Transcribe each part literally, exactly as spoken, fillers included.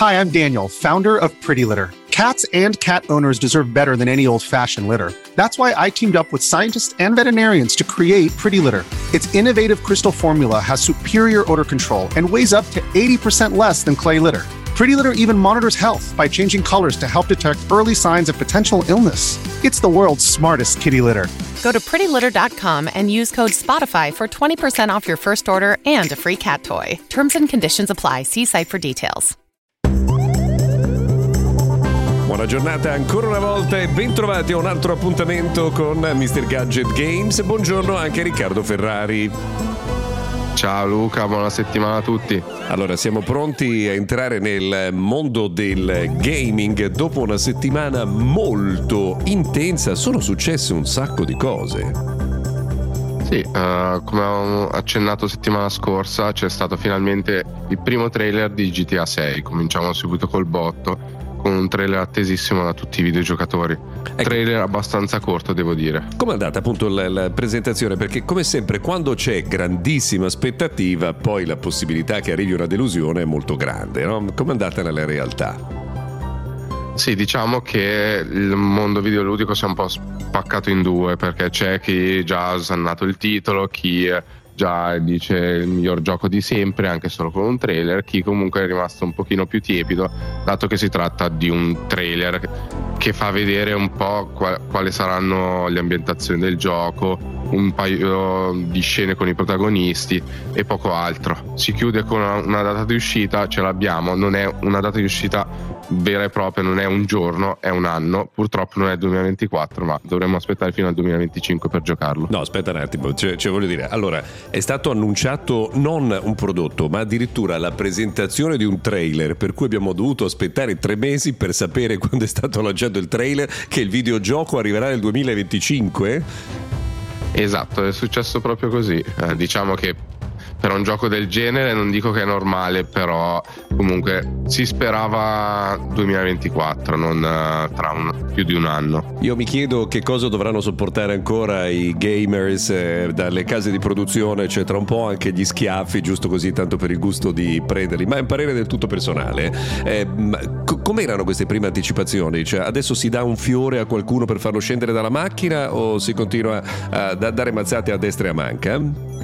Hi, I'm Daniel, founder of Pretty Litter. Cats and cat owners deserve better than any old-fashioned litter. That's why I teamed up with scientists and veterinarians to create Pretty Litter. Its innovative crystal formula has superior odor control and weighs up to eighty percent less than clay litter. Pretty Litter even monitors health by changing colors to help detect early signs of potential illness. It's the world's smartest kitty litter. Go to pretty litter dot com and use code SPOTIFY for twenty percent off your first order and a free cat toy. Terms and conditions apply. See site for details. Buona giornata ancora una volta e bentrovati a un altro appuntamento con mister Gadget Games. Buongiorno anche a Riccardo Ferrari. Ciao Luca, buona settimana a tutti. Allora, siamo pronti a entrare nel mondo del gaming. Dopo una settimana molto intensa sono successe un sacco di cose. Sì, uh, come ho accennato settimana scorsa c'è stato finalmente il primo trailer di G T A sei. Cominciamo subito col botto, con un trailer attesissimo da tutti i videogiocatori. Ecco. Trailer abbastanza corto, devo dire. Com'è andata appunto la, la presentazione? Perché come sempre quando c'è grandissima aspettativa poi la possibilità che arrivi una delusione è molto grande, no? Com'è andata nella realtà? Sì, diciamo che il mondo videoludico si è un po' spaccato in due, perché c'è chi già ha osannato il titolo, chi già dice il miglior gioco di sempre anche solo con un trailer, chi comunque è rimasto un pochino più tiepido, dato che si tratta di un trailer che fa vedere un po' qual- quali saranno le ambientazioni del gioco, un paio di scene con i protagonisti e poco altro. Si chiude con una, una data di uscita, ce l'abbiamo, non è una data di uscita vera e propria, non è un giorno, è un anno. Purtroppo non è il duemilaventiquattro, ma dovremmo aspettare fino al duemilaventicinque per giocarlo. No, aspetta un attimo, cioè, cioè voglio dire, allora è stato annunciato non un prodotto, ma addirittura la presentazione di un trailer, per cui abbiamo dovuto aspettare tre mesi per sapere quando è stato lanciato il trailer che il videogioco arriverà nel duemilaventicinque? Esatto, è successo proprio così. Eh, diciamo che per un gioco del genere non dico che è normale, però comunque si sperava duemilaventiquattro, non uh, tra un, più di un anno. Io mi chiedo che cosa dovranno sopportare ancora i gamers eh, dalle case di produzione, cioè tra un po' anche gli schiaffi, giusto così tanto per il gusto di prenderli, ma è un parere del tutto personale. Eh, co- com'erano queste prime anticipazioni? Cioè adesso si dà un fiore a qualcuno per farlo scendere dalla macchina o si continua a, a dare mazzate a destra e a manca?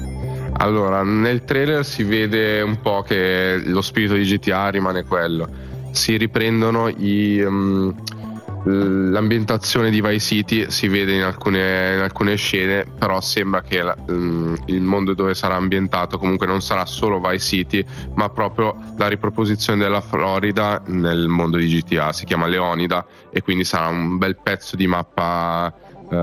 Allora, nel trailer si vede un po' che lo spirito di G T A rimane quello. Si riprendono i, um, l'ambientazione di Vice City, si vede in alcune, in alcune scene, però sembra che la, um, il mondo dove sarà ambientato comunque non sarà solo Vice City, ma proprio la riproposizione della Florida nel mondo di G T A. Si chiama Leonida e quindi sarà un bel pezzo di mappa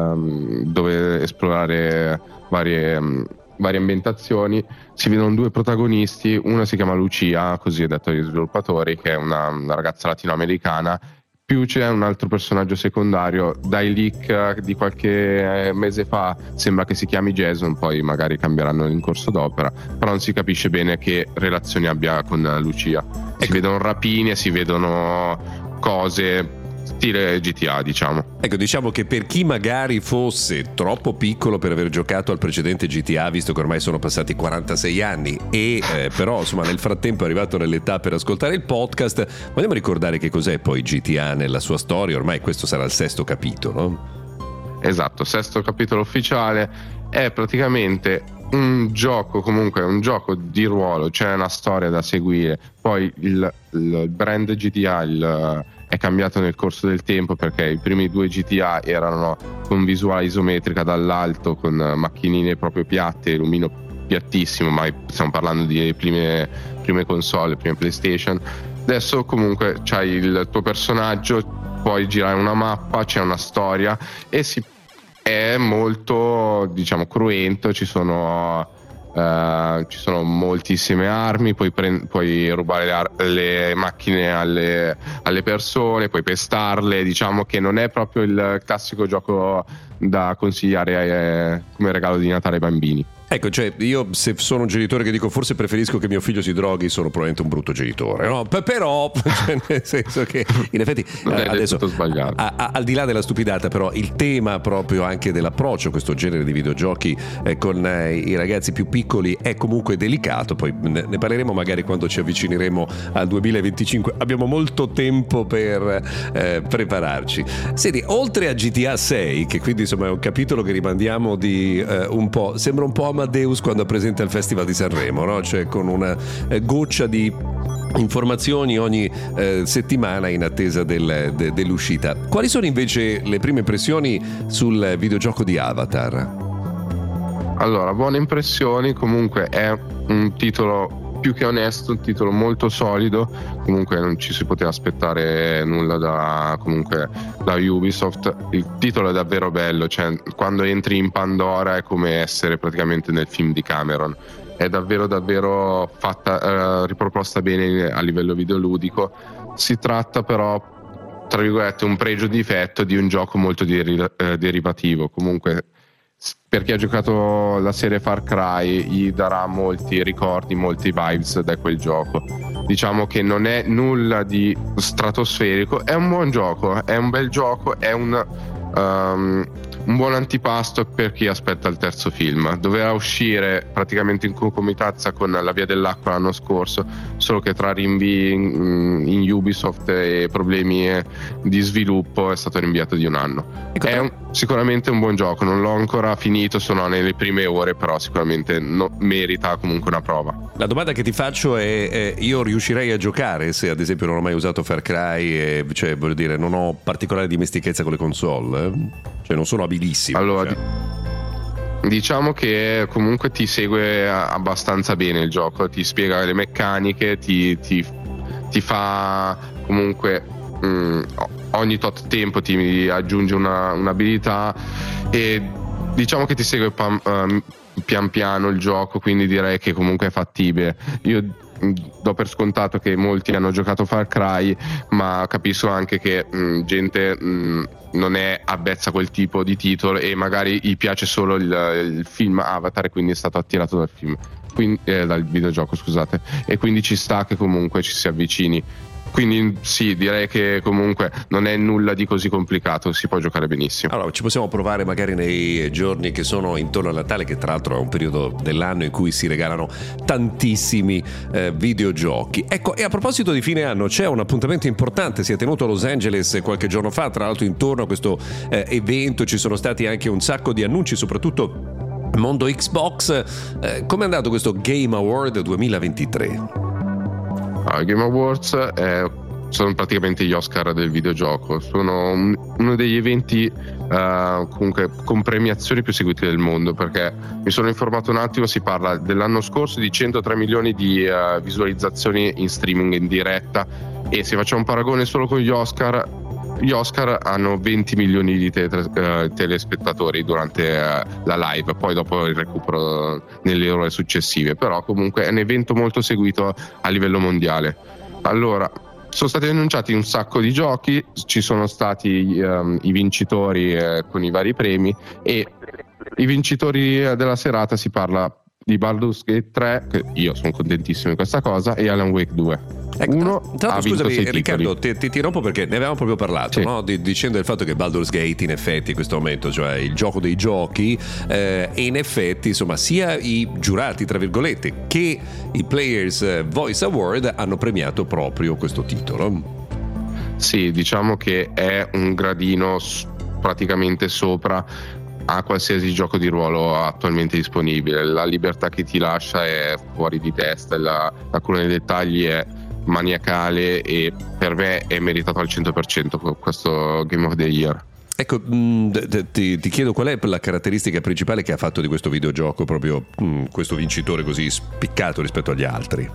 um, dove esplorare varie... Um, varie ambientazioni. Si vedono due protagonisti, una si chiama Lucia, così è detto agli sviluppatori, che è una, una ragazza latinoamericana, più c'è un altro personaggio secondario. Dai leak di qualche mese fa sembra che si chiami Jason, poi magari cambieranno in corso d'opera, però non si capisce bene che relazioni abbia con Lucia. Si ecco. vedono rapine, si vedono cose stile G T A, diciamo. Ecco, diciamo che per chi magari fosse troppo piccolo per aver giocato al precedente G T A, visto che ormai sono passati quarantasei anni e eh, però insomma nel frattempo è arrivato nell'età per ascoltare il podcast, vogliamo ricordare che cos'è poi G T A nella sua storia? Ormai questo sarà il sesto capitolo. Esatto, sesto capitolo ufficiale. È praticamente un gioco, comunque un gioco di ruolo, c'è una storia da seguire. Poi il, il brand G T A il, è cambiato nel corso del tempo, perché i primi due G T A erano con visuale isometrica dall'alto, con macchinine proprio piatte, lumino piattissimo, ma stiamo parlando di prime, prime console, prime PlayStation. Adesso comunque c'hai il tuo personaggio, puoi girare una mappa, c'è una storia e si è molto, diciamo, cruento. Ci sono Uh, ci sono moltissime armi, puoi, pre- puoi rubare le, ar- le macchine alle, alle persone, puoi pestarle. Diciamo che non è proprio il classico gioco da consigliare eh, come regalo di Natale ai bambini. Ecco, cioè io se sono un genitore che dico forse preferisco che mio figlio si droghi, sono probabilmente un brutto genitore, no? P- però cioè, nel senso che in effetti non eh, è adesso sbagliato. A, a, al di là della stupidata, però il tema proprio anche dell'approccio a questo genere di videogiochi eh, con eh, i ragazzi più piccoli è comunque delicato. Poi ne, ne parleremo magari quando ci avvicineremo al duemilaventicinque, abbiamo molto tempo per eh, prepararci. Senti, oltre a G T A sei, che quindi insomma è un capitolo che rimandiamo di eh, un po', sembra un po' Amadeus quando presenta il Festival di Sanremo, no? Cioè con una eh, goccia di informazioni ogni eh, settimana in attesa del, de, dell'uscita. Quali sono invece le prime impressioni sul videogioco di Avatar? Allora, buone impressioni, comunque è un titolo più che onesto, un titolo molto solido, comunque non ci si poteva aspettare nulla da, comunque, da Ubisoft. Il titolo è davvero bello, cioè quando entri in Pandora è come essere praticamente nel film di Cameron, è davvero davvero fatta, eh, riproposta bene a livello videoludico. Si tratta però, tra virgolette, un pregio difetto di un gioco molto deri- eh, derivativo. Comunque per chi ha giocato la serie Far Cry gli darà molti ricordi, molti vibes da quel gioco. Diciamo che non è nulla di stratosferico, è un buon gioco, è un bel gioco, è un, um, un buon antipasto per chi aspetta il terzo film. Doveva uscire praticamente in concomitanza con La Via dell'Acqua l'anno scorso, solo che tra rinvii in, in Ubisoft e problemi di sviluppo è stato rinviato di un anno. È un, sicuramente un buon gioco, non l'ho ancora finito, sono nelle prime ore, però sicuramente no, merita comunque una prova. La domanda che ti faccio è, eh, io riuscirei a giocare se ad esempio non ho mai usato Far Cry e, cioè voglio dire non ho particolare dimestichezza con le console, eh? Cioè non sono abilissimo. Allora, cioè. Diciamo che comunque ti segue abbastanza bene il gioco, ti spiega le meccaniche, ti, ti, ti fa comunque mh, ogni tot tempo ti aggiunge una, un'abilità e diciamo che ti segue pam, um, pian piano il gioco, quindi direi che comunque è fattibile. Io do per scontato che molti hanno giocato Far Cry, ma capisco anche che mh, gente mh, non è avvezza a quel tipo di titolo e magari gli piace solo il, il film Avatar e quindi è stato attirato dal film, quindi, eh, dal videogioco, scusate, e quindi ci sta che comunque ci si avvicini. Quindi sì, direi che comunque non è nulla di così complicato, si può giocare benissimo. Allora ci possiamo provare magari nei giorni che sono intorno a Natale, che tra l'altro è un periodo dell'anno in cui si regalano tantissimi eh, videogiochi. Ecco, e a proposito di fine anno c'è un appuntamento importante, si è tenuto a Los Angeles qualche giorno fa, tra l'altro intorno a questo eh, evento ci sono stati anche un sacco di annunci, soprattutto mondo Xbox. Eh, com'è andato questo Game Award duemilaventitré? Uh, Game Awards eh, sono praticamente gli Oscar del videogioco, sono un, uno degli eventi uh, comunque con premiazioni più seguiti del mondo, perché mi sono informato un attimo, si parla dell'anno scorso di centotré milioni di uh, visualizzazioni in streaming in diretta, e se facciamo un paragone solo con gli Oscar, gli Oscar hanno venti milioni di te- uh, telespettatori durante uh, la live, poi dopo il recupero nelle ore successive, però comunque è un evento molto seguito a livello mondiale. Allora, sono stati annunciati un sacco di giochi, ci sono stati um, i vincitori eh, con i vari premi, e i vincitori della serata si parla di Baldur's Gate tre, che io sono contentissimo di questa cosa, e Alan Wake due. Ecco, Uno tra ha vinto scusami sei Riccardo, titoli. ti, ti rompo perché ne avevamo proprio parlato, sì. no? Di, dicendo del fatto che Baldur's Gate in effetti in questo momento, cioè il gioco dei giochi, eh, e in effetti insomma sia i giurati tra virgolette che i Players Voice Award hanno premiato proprio questo titolo. Sì, diciamo che è un gradino praticamente sopra a qualsiasi gioco di ruolo attualmente disponibile. La libertà che ti lascia è fuori di testa, la, la cura dei dettagli è maniacale, e per me è meritato al cento per cento questo Game of the Year. Ecco, mh, ti, ti chiedo qual è la caratteristica principale che ha fatto di questo videogioco proprio mh, questo vincitore così spiccato rispetto agli altri?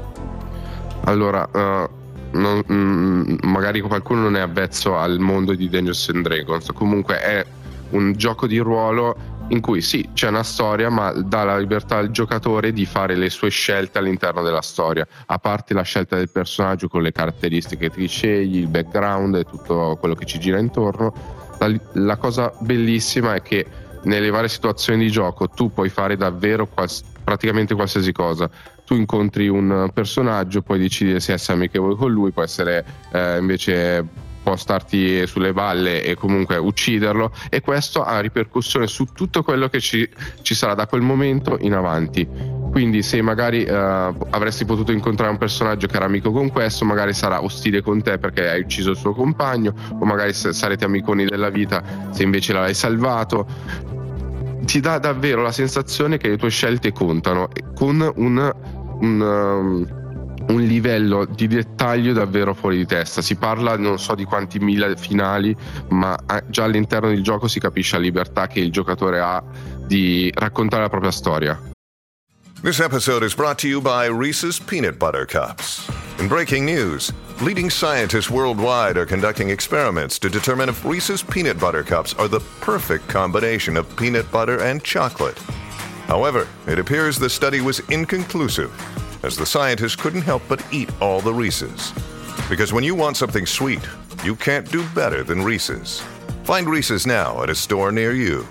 Allora, uh, non, mh, magari qualcuno non è avvezzo al mondo di Dungeons and Dragons, comunque è un gioco di ruolo in cui sì, c'è una storia, ma dà la libertà al giocatore di fare le sue scelte all'interno della storia, a parte la scelta del personaggio con le caratteristiche che ti scegli, il background e tutto quello che ci gira intorno. La, la cosa bellissima è che nelle varie situazioni di gioco tu puoi fare davvero quals- praticamente qualsiasi cosa. Tu incontri un personaggio, puoi decidere se essere amichevole con lui, può essere eh, invece può starti sulle balle e comunque ucciderlo, e questo ha ripercussione su tutto quello che ci, ci sarà da quel momento in avanti. Quindi se magari eh, avresti potuto incontrare un personaggio che era amico con questo, magari sarà ostile con te perché hai ucciso il suo compagno, o magari sarete amiconi della vita se invece l'hai salvato. Ti dà davvero la sensazione che le tue scelte contano, con un, un, um, un livello di dettaglio davvero fuori di testa. Si parla non so di quanti mila finali, ma già all'interno del gioco si capisce la libertà che il giocatore ha di raccontare la propria storia. This episode is brought to you by Reese's Peanut Butter Cups. In breaking news, leading scientists worldwide are conducting experiments to determine if Reese's Peanut Butter Cups are the perfect combination of peanut butter and chocolate. However, it appears the study was inconclusive, as the scientists couldn't help but eat all the Reese's. Because when you want something sweet, you can't do better than Reese's. Find Reese's now at a store near you.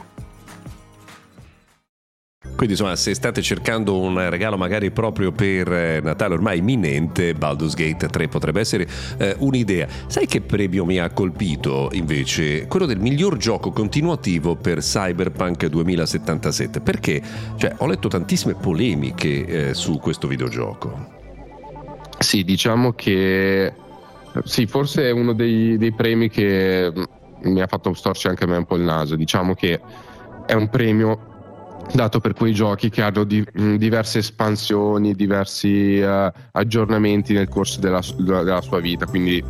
Quindi insomma, se state cercando un regalo magari proprio per Natale ormai imminente, Baldur's Gate tre potrebbe essere eh, un'idea. Sai che premio mi ha colpito invece? Quello del miglior gioco continuativo per Cyberpunk duemilasettantasette. Perché? Cioè, ho letto tantissime polemiche eh, su questo videogioco. Sì, diciamo che sì, forse è uno dei, dei premi che mi ha fatto storcere anche a me un po' il naso. Diciamo che è un premio dato per quei giochi che hanno di, mh, diverse espansioni, diversi uh, aggiornamenti nel corso della, della sua vita. Quindi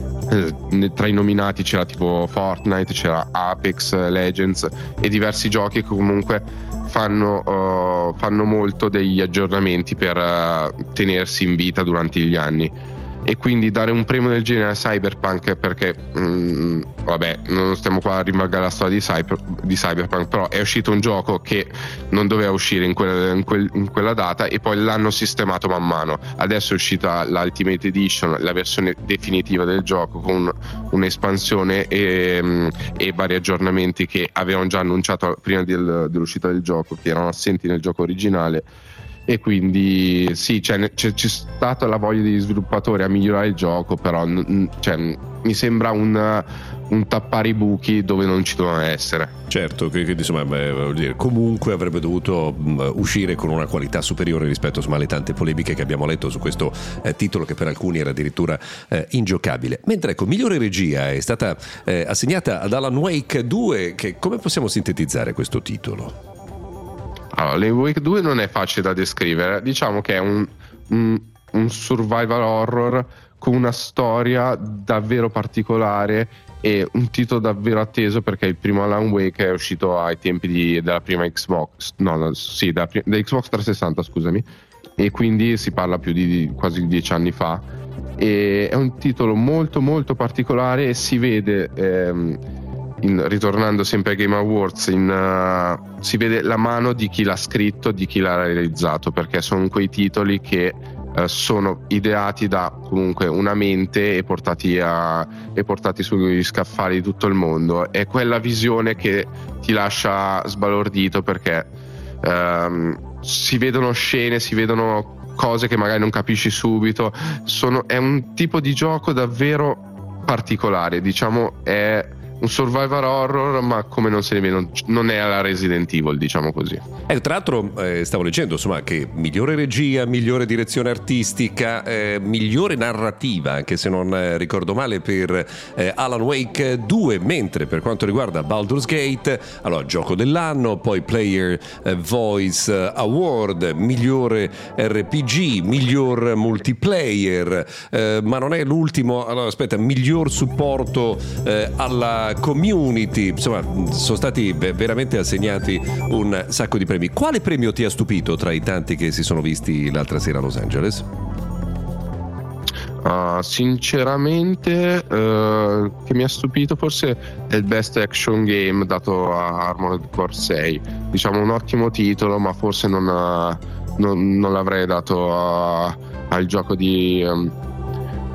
eh, tra i nominati c'era tipo Fortnite, c'era Apex Legends e diversi giochi che comunque fanno, uh, fanno molto degli aggiornamenti per uh, tenersi in vita durante gli anni. E quindi dare un premio del genere a Cyberpunk, perché mh, vabbè, non stiamo qua a rimangere la storia di, Cyber, di Cyberpunk, però è uscito un gioco che non doveva uscire in, quel, in, quel, in quella data e poi l'hanno sistemato man mano. Adesso è uscita l'Ultimate Edition, la versione definitiva del gioco, con un'espansione e, mh, e vari aggiornamenti che avevano già annunciato prima del, dell'uscita del gioco, che erano assenti nel gioco originale. E quindi sì, c'è, c'è, c'è stata la voglia degli sviluppatori a migliorare il gioco, però cioè, mi sembra un, un tappare i buchi dove non ci dovevano essere. Certo, quindi insomma, beh, vuol dire, comunque avrebbe dovuto mh, uscire con una qualità superiore rispetto insomma, alle tante polemiche che abbiamo letto su questo eh, titolo, che per alcuni era addirittura eh, ingiocabile. Mentre ecco, migliore regia è stata eh, assegnata ad Alan Wake due, che come possiamo sintetizzare questo titolo? Allora, Alan Wake due non è facile da descrivere, diciamo che è un, un, un survival horror con una storia davvero particolare e un titolo davvero atteso, perché il primo Alan Wake è uscito ai tempi di, della prima Xbox, no, no sì, da, da Xbox trecentosessanta, scusami, e quindi si parla più di, di quasi dieci anni fa, e è un titolo molto molto particolare e si vede... Ehm, In, ritornando sempre ai Game Awards, in, uh, si vede la mano di chi l'ha scritto, di chi l'ha realizzato, perché sono quei titoli che uh, sono ideati da comunque una mente e portati, a, e portati sugli scaffali di tutto il mondo. È quella visione che ti lascia sbalordito, perché um, si vedono scene, si vedono cose che magari non capisci subito. Sono, è un tipo di gioco davvero particolare, diciamo, è un survival horror, ma come non se ne vede, non è alla Resident Evil, diciamo così. E tra l'altro eh, stavo leggendo insomma che migliore regia, migliore direzione artistica, eh, migliore narrativa, anche se non eh, ricordo male, per eh, Alan Wake due, mentre per quanto riguarda Baldur's Gate, allora gioco dell'anno, poi Player eh, Voice Award, migliore R P G, miglior multiplayer, eh, ma non è l'ultimo, allora aspetta, miglior supporto eh, alla community. Insomma, sono stati veramente assegnati un sacco di premi. Quale premio ti ha stupito tra i tanti che si sono visti l'altra sera a Los Angeles? Uh, sinceramente uh, che mi ha stupito forse è il Best Action Game dato a Armored Core sei. Diciamo un ottimo titolo, ma forse non, uh, non, non l'avrei dato a, al gioco di um,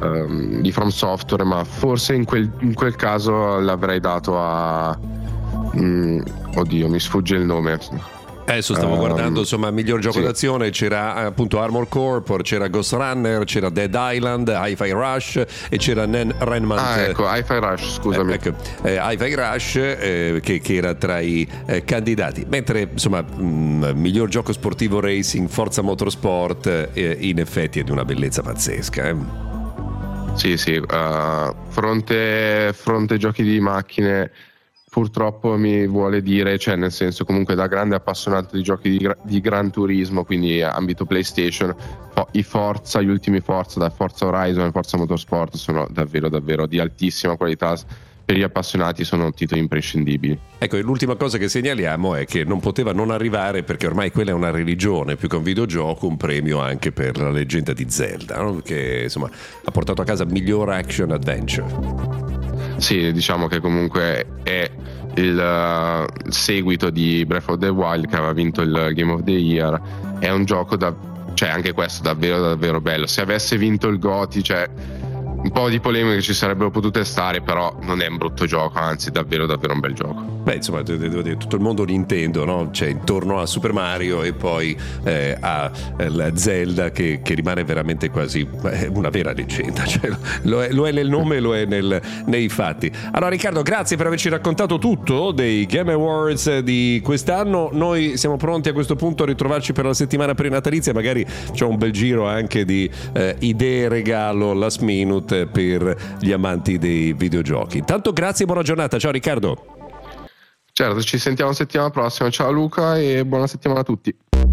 um, di From Software, ma forse in quel, in quel caso l'avrei dato a Mm, oddio, mi sfugge il nome. Adesso stavo um, guardando, insomma, miglior gioco sì. d'azione, c'era appunto Armored Core, c'era Ghost Runner, c'era Dead Island, Hi-Fi Rush e c'era Nen- Remnant. Ah, ecco, Hi-Fi Rush, scusami. Eh, ecco, eh, Hi-Fi Rush eh, che, che era tra i eh, candidati. Mentre, insomma, mh, miglior gioco sportivo racing, Forza Motorsport, eh, in effetti è di una bellezza pazzesca. Eh. Sì, sì, uh, fronte, fronte giochi di macchine... Purtroppo mi vuole dire, cioè nel senso comunque da grande appassionato di giochi di, gra- di Gran Turismo, quindi ambito PlayStation, fo- i Forza, gli ultimi Forza, da Forza Horizon e Forza Motorsport sono davvero davvero di altissima qualità, per gli appassionati sono titoli imprescindibili. Ecco, e l'ultima cosa che segnaliamo è che non poteva non arrivare, perché ormai quella è una religione più che un videogioco, un premio anche per La Leggenda di Zelda, no? Che insomma ha portato a casa miglior action adventure. Sì, diciamo che comunque è il uh, seguito di Breath of the Wild, che aveva vinto il Game of the Year. È un gioco da, cioè anche questo davvero davvero bello. Se avesse vinto il G O T Y, cioè un po' di polemiche ci sarebbero potute stare, però non è un brutto gioco, anzi davvero davvero un bel gioco. Beh, insomma, devo dire, tutto il mondo Nintendo, no? C'è intorno a Super Mario e poi eh, a eh, Zelda che, che rimane veramente quasi eh, una vera leggenda, cioè, lo, è, lo è nel nome e lo è nel, nei fatti. Allora Riccardo, grazie per averci raccontato tutto dei Game Awards di quest'anno. Noi siamo pronti a questo punto a ritrovarci per la settimana prenatalizia, magari c'è un bel giro anche di eh, idee regalo last minute per gli amanti dei videogiochi. Intanto grazie e buona giornata. Ciao Riccardo. Certo, ci sentiamo settimana prossima. Ciao Luca e buona settimana a tutti.